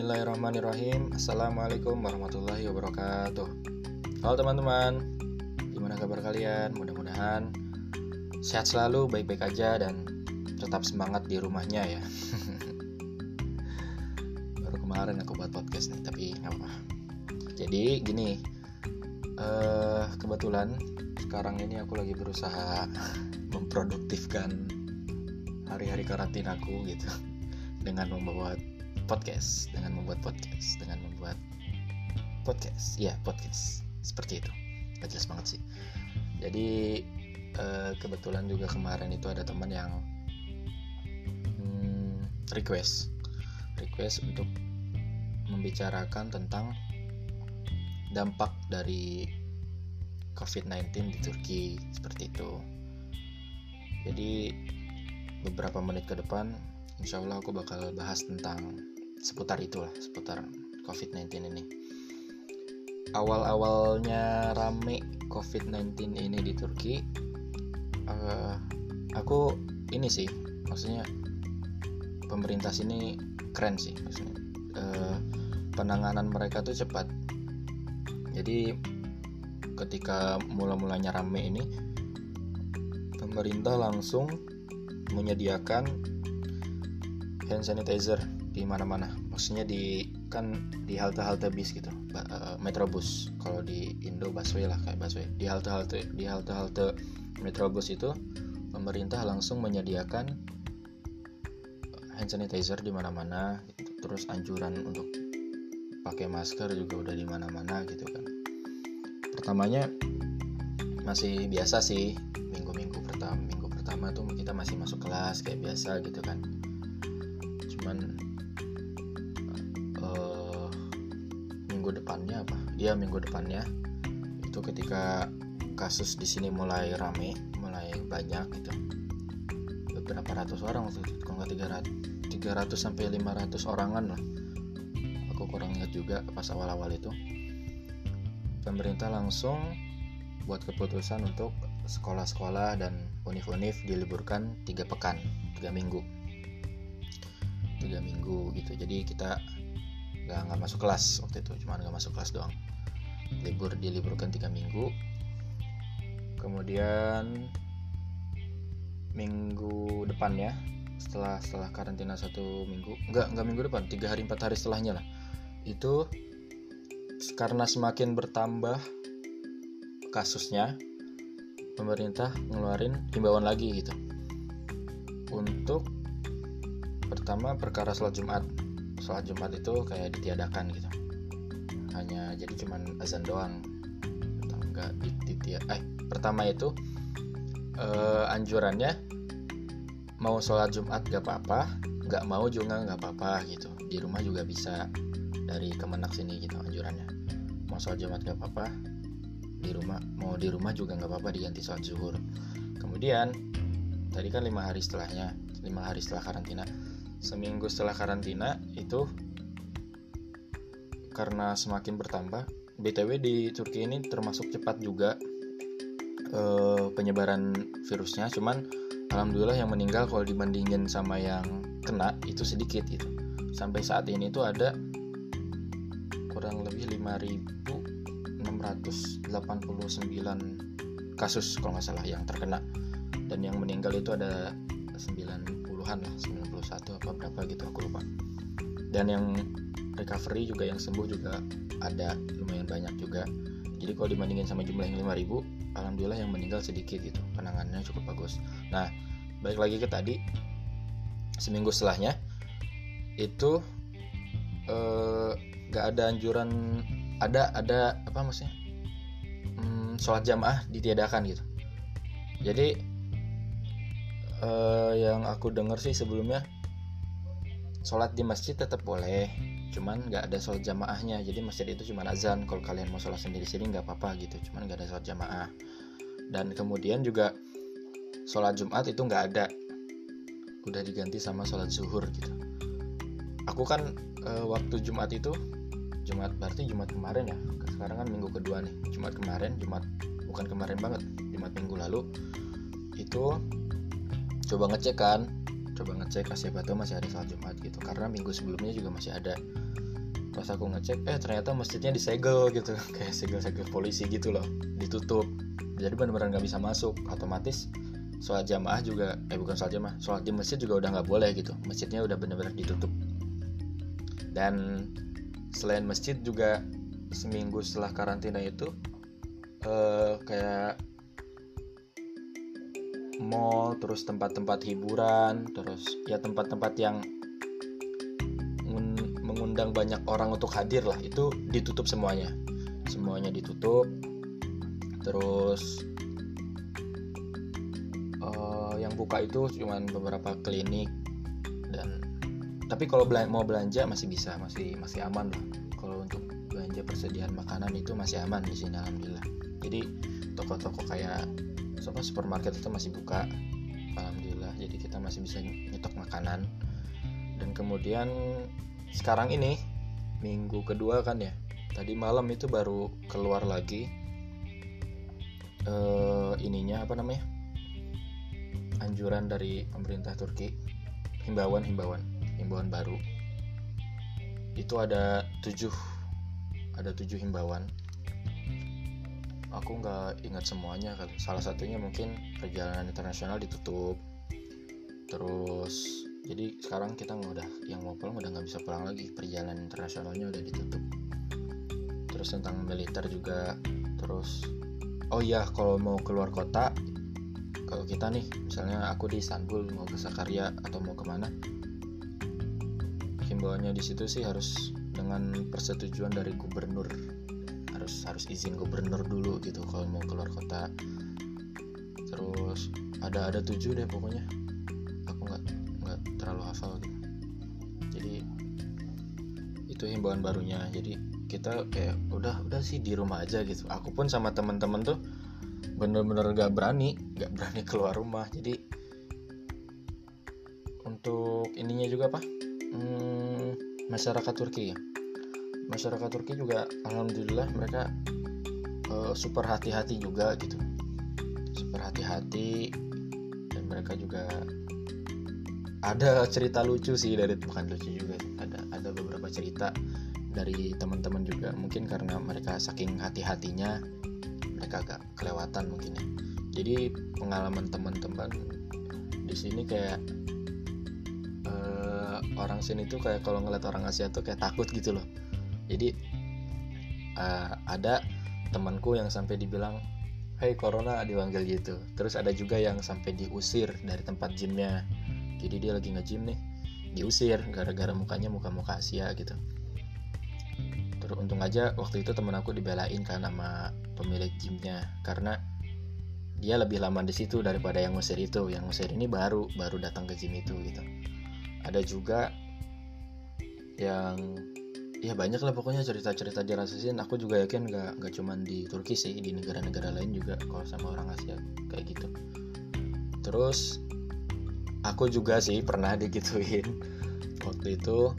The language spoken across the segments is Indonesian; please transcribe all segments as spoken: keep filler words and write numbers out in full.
Bismillahirrahmanirrahim. Assalamualaikum warahmatullahi wabarakatuh. Halo teman-teman, gimana kabar kalian? Mudah-mudahan sehat selalu, baik-baik aja, dan tetap semangat di rumahnya ya. Baru kemarin aku buat podcast nih, tapi gak apa-apa. Jadi gini, uh, kebetulan sekarang ini aku lagi berusaha memproduktifkan hari-hari karantinaku gitu dengan membuat podcast, dengan membuat podcast, dengan membuat podcast, ya podcast seperti itu. Gak jelas banget sih. Jadi eh, kebetulan juga kemarin itu ada teman yang hmm, request, request untuk membicarakan tentang dampak dari covid sembilan belas di Turki seperti itu. Jadi beberapa menit ke depan, insya Allah aku bakal bahas tentang seputar itulah, seputar covid sembilan belas ini. Awal-awalnya rame covid sembilan belas ini di Turki, uh, aku ini sih, maksudnya pemerintah sini keren sih, maksudnya uh, penanganan mereka tuh cepat. Jadi ketika mula-mulanya rame ini, pemerintah langsung menyediakan hand sanitizer di mana-mana, maksudnya di kan di halte-halte bis gitu, uh, Metrobus. Kalau di Indo busway lah, kayak busway. Di halte-halte di halte-halte Metrobus itu pemerintah langsung menyediakan hand sanitizer di mana-mana gitu. Terus anjuran untuk pakai masker juga udah di mana-mana gitu kan. Pertamanya masih biasa sih, minggu-minggu pertama minggu pertama tuh kita masih masuk kelas kayak biasa gitu kan. Cuman minggu depannya apa? Dia minggu depannya itu ketika kasus di sini mulai rame, mulai banyak gitu. Beberapa ratus orang waktu itu, kalau nggak tiga ratus sampai lima ratus orangan lah. Aku kurang ingat juga pas awal-awal itu. Pemerintah langsung buat keputusan untuk sekolah-sekolah dan univ-univ diliburkan tiga pekan, tiga minggu. tiga minggu gitu. Jadi kita Gak, gak masuk kelas waktu itu, cuma gak masuk kelas doang. Libur diliburkan tiga minggu. Kemudian minggu depannya, setelah setelah karantina satu minggu, enggak enggak minggu depan, tiga hari empat hari setelahnya lah. Itu karena semakin bertambah kasusnya, pemerintah ngeluarin himbauan lagi gitu. Untuk pertama perkara sholat Jumat. Sholat Jumat itu kayak ditiadakan gitu, hanya jadi cuman azan doang atau enggak ditiada. Eh pertama itu eh, anjurannya mau sholat Jumat gak apa-apa, nggak mau juga nggak apa-apa gitu, di rumah juga bisa. Dari Kemenak sini gitu anjurannya, mau sholat Jumat gak apa-apa, di rumah mau di rumah juga nggak apa-apa, diganti sholat zuhur. Kemudian tadi kan lima hari setelahnya, lima hari setelah karantina. Seminggu setelah karantina itu karena semakin bertambah, B T W di Turki ini termasuk cepat juga eh, penyebaran virusnya. Cuman alhamdulillah yang meninggal kalau dibandingin sama yang kena itu sedikit gitu. Sampai saat ini itu ada kurang lebih lima ribu enam ratus delapan puluh sembilan kasus kalau nggak salah yang terkena, dan yang meninggal itu ada sembilan puluhan lah, sembilan puluh satu apa berapa gitu aku lupa. Dan yang recovery juga, yang sembuh juga ada lumayan banyak juga. Jadi kalau dibandingin sama jumlah yang lima ribu, alhamdulillah yang meninggal sedikit gitu, penanganannya cukup bagus. Nah balik lagi ke tadi, seminggu setelahnya itu eh, gak ada anjuran, ada ada apa maksudnya hmm, sholat jamaah ditiadakan gitu. Jadi Uh, yang aku dengar sih sebelumnya, sholat di masjid tetap boleh, cuman nggak ada sholat jamaahnya. Jadi masjid itu cuma azan, kalau kalian mau sholat sendiri-sendiri nggak apa-apa gitu, cuman nggak ada sholat jamaah. Dan kemudian juga sholat Jumat itu nggak ada, udah diganti sama sholat zuhur gitu. Aku kan uh, waktu Jumat itu, Jumat berarti Jumat kemarin ya, sekarang kan minggu kedua nih. Jumat kemarin, Jumat bukan kemarin banget, Jumat minggu lalu itu coba ngecek kan, coba ngecek siapa tahu masih ada sholat Jumat gitu, karena minggu sebelumnya juga masih ada. Pas aku ngecek, eh ternyata masjidnya disegel gitu, kayak segel-segel polisi gitu loh, ditutup. Jadi benar-benar nggak bisa masuk. Otomatis sholat jamaah juga, eh bukan sholat jamaah, sholat di masjid juga udah nggak boleh gitu. Masjidnya udah benar-benar ditutup. Dan selain masjid juga seminggu setelah karantina itu eh, kayak mall, terus tempat-tempat hiburan, terus ya tempat-tempat yang mengundang banyak orang untuk hadir lah, itu ditutup semuanya. Semuanya ditutup. Terus uh, yang buka itu cuman beberapa klinik, dan tapi kalau belan- mau belanja masih bisa, masih masih aman lah. Kalau untuk belanja persediaan makanan itu masih aman di sini alhamdulillah. Jadi toko-toko kayak apa supermarket itu masih buka alhamdulillah. Jadi kita masih bisa nyetok makanan. Dan kemudian sekarang ini minggu kedua kan ya, tadi malam itu baru keluar lagi uh, ininya apa namanya anjuran dari pemerintah Turki, himbauan himbauan himbauan baru. Itu ada tujuh ada tujuh himbauan. Aku nggak ingat semuanya. Salah satunya mungkin perjalanan internasional ditutup. Terus jadi sekarang kita nggak udah yang mau pulang udah nggak bisa pulang lagi, perjalanan internasionalnya udah ditutup. Terus tentang militer juga. Terus oh iya, kalau mau keluar kota, kalau kita nih misalnya aku di Istanbul mau ke Sakarya atau mau kemana, himbauannya di situ sih harus dengan persetujuan dari gubernur, harus harus izin gubernur dulu gitu kalau mau keluar kota. Terus ada ada tujuh deh pokoknya, aku nggak nggak terlalu hafal gitu. Jadi itu himbauan barunya. Jadi kita kayak udah udah sih di rumah aja gitu. Aku pun sama teman-teman tuh bener-bener nggak berani nggak berani keluar rumah. Jadi untuk ininya juga apa hmm, masyarakat Turki ya masyarakat Turki juga alhamdulillah mereka uh, super hati-hati juga gitu, super hati-hati. Dan mereka juga ada cerita lucu sih, dari bukan lucu juga, ada ada beberapa cerita dari teman-teman juga, mungkin karena mereka saking hati-hatinya mereka agak kelewatan mungkin ya. Jadi pengalaman teman-teman di sini kayak uh, orang sini tuh kayak kalau ngeliat orang Asia tuh kayak takut gitu loh. Jadi uh, ada temanku yang sampai dibilang "Hey corona" dipanggil gitu. Terus ada juga yang sampai diusir dari tempat gymnya. Jadi dia lagi nge-gym nih, diusir gara-gara mukanya muka-muka Asia gitu. Terus untung aja waktu itu temen aku dibelain kan sama pemilik gymnya, karena dia lebih lama di situ daripada yang ngusir itu. Yang ngusir ini baru baru datang ke gym itu gitu. Ada juga yang ya banyak lah pokoknya cerita-cerita dirasain. Aku juga yakin gak, gak cuman di Turki sih, di negara-negara lain juga kalau sama orang Asia kayak gitu. Terus aku juga sih pernah digituin. Waktu itu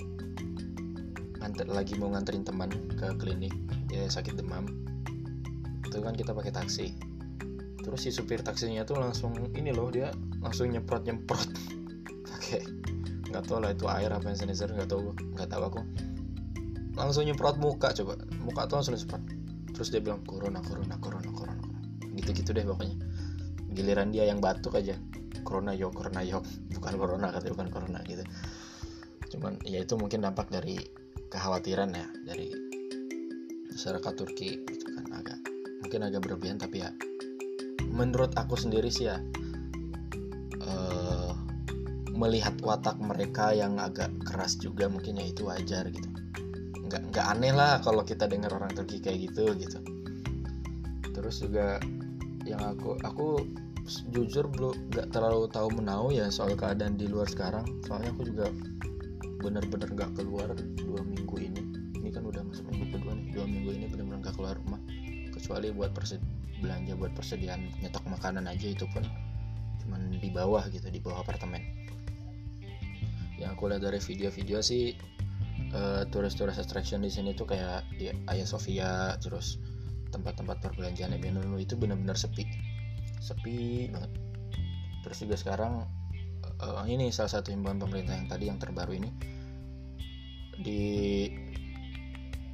nganter, lagi mau nganterin teman ke klinik, dia sakit demam. Itu kan kita pakai taksi. Terus si supir taksinya tuh langsung ini loh, dia langsung nyemprot-nyemprot pakai nggak tahu lah itu air apa yang sanitizer, nggak tahu nggak tahu aku. Langsung nyemprot muka, coba muka tuh langsung nyemprot. Terus dia bilang corona corona corona corona gitu-gitu deh pokoknya. Giliran dia yang batuk aja, corona yok corona yok, bukan corona, katanya bukan corona gitu. Cuman ya itu mungkin dampak dari kekhawatiran ya dari masyarakat Turki gitu kan, agak mungkin agak berlebihan. Tapi ya menurut aku sendiri sih ya uh, melihat watak mereka yang agak keras juga mungkin ya itu wajar gitu. Nggak, nggak aneh lah kalau kita dengar orang Turki kayak gitu gitu. Terus juga yang aku aku jujur belum nggak terlalu tahu menau ya soal keadaan di luar sekarang. Soalnya aku juga benar-benar nggak keluar dua minggu ini. Ini kan udah masuk minggu kedua nih. Dua minggu ini benar-benar nggak keluar rumah, kecuali buat persed- belanja buat persediaan nyetok makanan aja, itu pun cuman di bawah gitu, di bawah apartemen. Yang aku lihat dari video-video sih Uh, turis-turis attraction di sini tuh kayak di Hagia Sophia, terus tempat-tempat perbelanjaan yang dulu itu benar-benar sepi, sepi banget. Terus juga sekarang uh, ini salah satu himbauan pemerintah yang tadi yang terbaru ini, di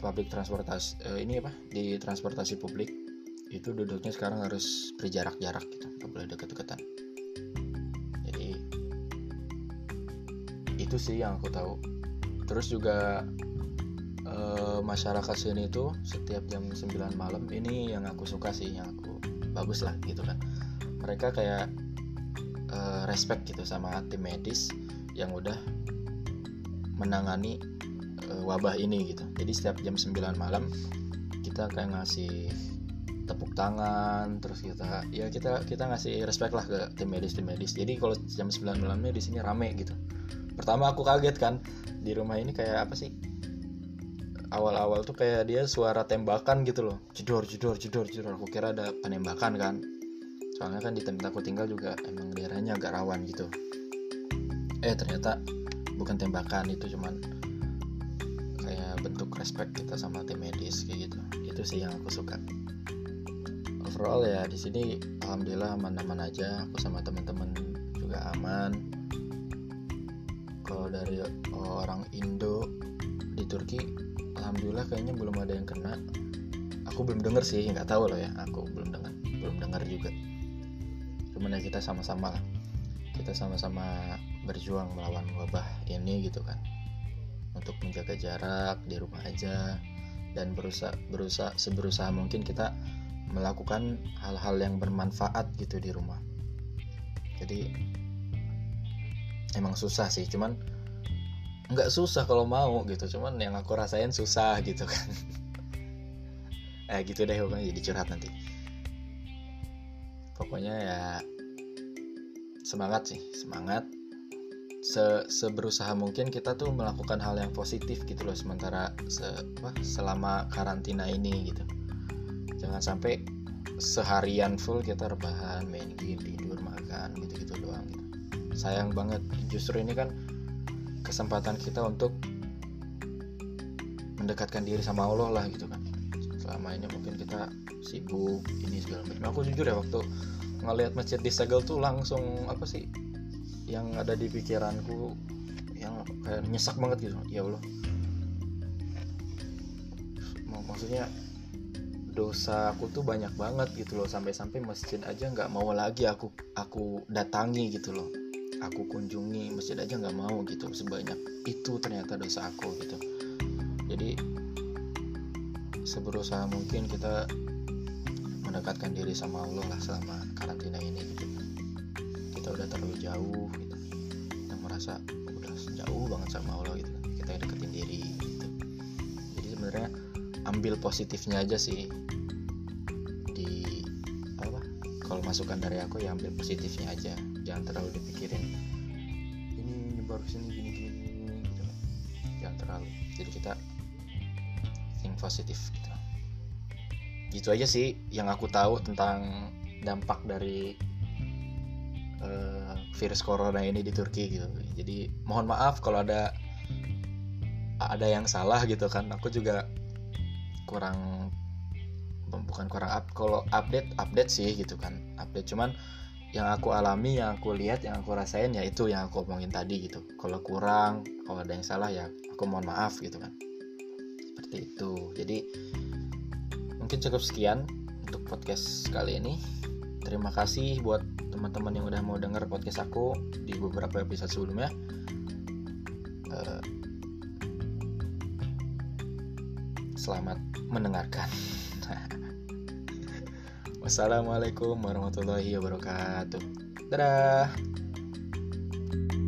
public transportasi uh, ini apa di transportasi publik itu duduknya sekarang harus berjarak-jarak gitu, nggak boleh deket-deketan. Jadi itu sih yang aku tahu. Terus juga uh, masyarakat sini tuh setiap jam sembilan malam ini yang aku suka sih, yang aku bagus lah gitu kan. Mereka kayak uh, respect gitu sama tim medis yang udah menangani uh, wabah ini gitu. Jadi setiap jam sembilan malam kita kayak ngasih tepuk tangan, terus kita ya kita kita ngasih respect lah ke tim medis tim medis. Jadi kalau jam sembilan malamnya di sini rame gitu. Pertama aku kaget kan, di rumah ini kayak apa sih? Awal-awal tuh kayak dia suara tembakan gitu loh, jedor jedor jedor jedor. Aku kira ada penembakan kan. Soalnya kan di tempat aku tinggal juga emang daerahnya agak rawan gitu. Eh ternyata bukan tembakan, itu cuman kayak bentuk respect kita sama tim medis kayak gitu. Itu sih yang aku suka. Overall ya di sini alhamdulillah aman-aman aja, aku sama teman-teman juga aman. Kalau dari orang Indo di Turki alhamdulillah kayaknya belum ada yang kena. Aku belum dengar sih, nggak tahu loh ya, aku belum dengar belum dengar juga. Cuman ya kita sama-sama lah, kita sama-sama berjuang melawan wabah ini gitu kan, untuk menjaga jarak di rumah aja dan berusaha berusaha seberusaha mungkin kita melakukan hal-hal yang bermanfaat gitu di rumah. Jadi emang susah sih, cuman nggak susah kalau mau gitu, cuman yang aku rasain susah gitu kan. Eh gitu deh pokoknya, jadi curhat nanti. Pokoknya ya semangat sih, semangat. Se seberusaha mungkin kita tuh melakukan hal yang positif gitu loh sementara se apa, selama karantina ini gitu. Jangan sampai seharian full kita rebahan, main game, tidur, makan gitu-gitu doang gitu. Sayang banget. Justru ini kan kesempatan kita untuk mendekatkan diri sama Allah lah gitu kan. Selama ini mungkin kita sibuk ini segala macam. Aku jujur ya, waktu ngelihat masjid disegel tuh langsung apa sih yang ada di pikiranku, yang kayak nyesek banget gitu. Ya Allah, maksudnya dosa aku tuh banyak banget gitu loh, sampai-sampai masjid aja nggak mau lagi aku aku datangi gitu loh, aku kunjungi masjid aja nggak mau gitu, sebanyak itu ternyata dosa aku gitu. Jadi seberusaha mungkin kita mendekatkan diri sama Allah lah selama karantina ini gitu. Kita udah terlalu jauh gitu, kita merasa udah jauh banget sama Allah gitu, kita deketin diri gitu. Jadi sebenarnya ambil positifnya aja sih, di apa, kalau masukan dari aku ya ambil positifnya aja, jangan terlalu dipikirin ini nyebar sini gini gini gini gitu, jangan terlalu. Jadi kita think positif gitu. Gitu aja sih yang aku tahu tentang dampak dari uh, virus corona ini di Turki gitu. Jadi mohon maaf kalau ada ada yang salah gitu kan, aku juga kurang bukan kurang up kalau update update sih gitu kan, update cuman yang aku alami, yang aku lihat, yang aku rasain ya itu yang aku omongin tadi gitu. Kalau kurang, kalau ada yang salah ya aku mohon maaf gitu kan, seperti itu. Jadi mungkin cukup sekian untuk podcast kali ini. Terima kasih buat teman-teman yang udah mau denger podcast aku di beberapa episode sebelumnya. uh, Selamat mendengarkan. Wassalamualaikum warahmatullahi wabarakatuh. Dadah.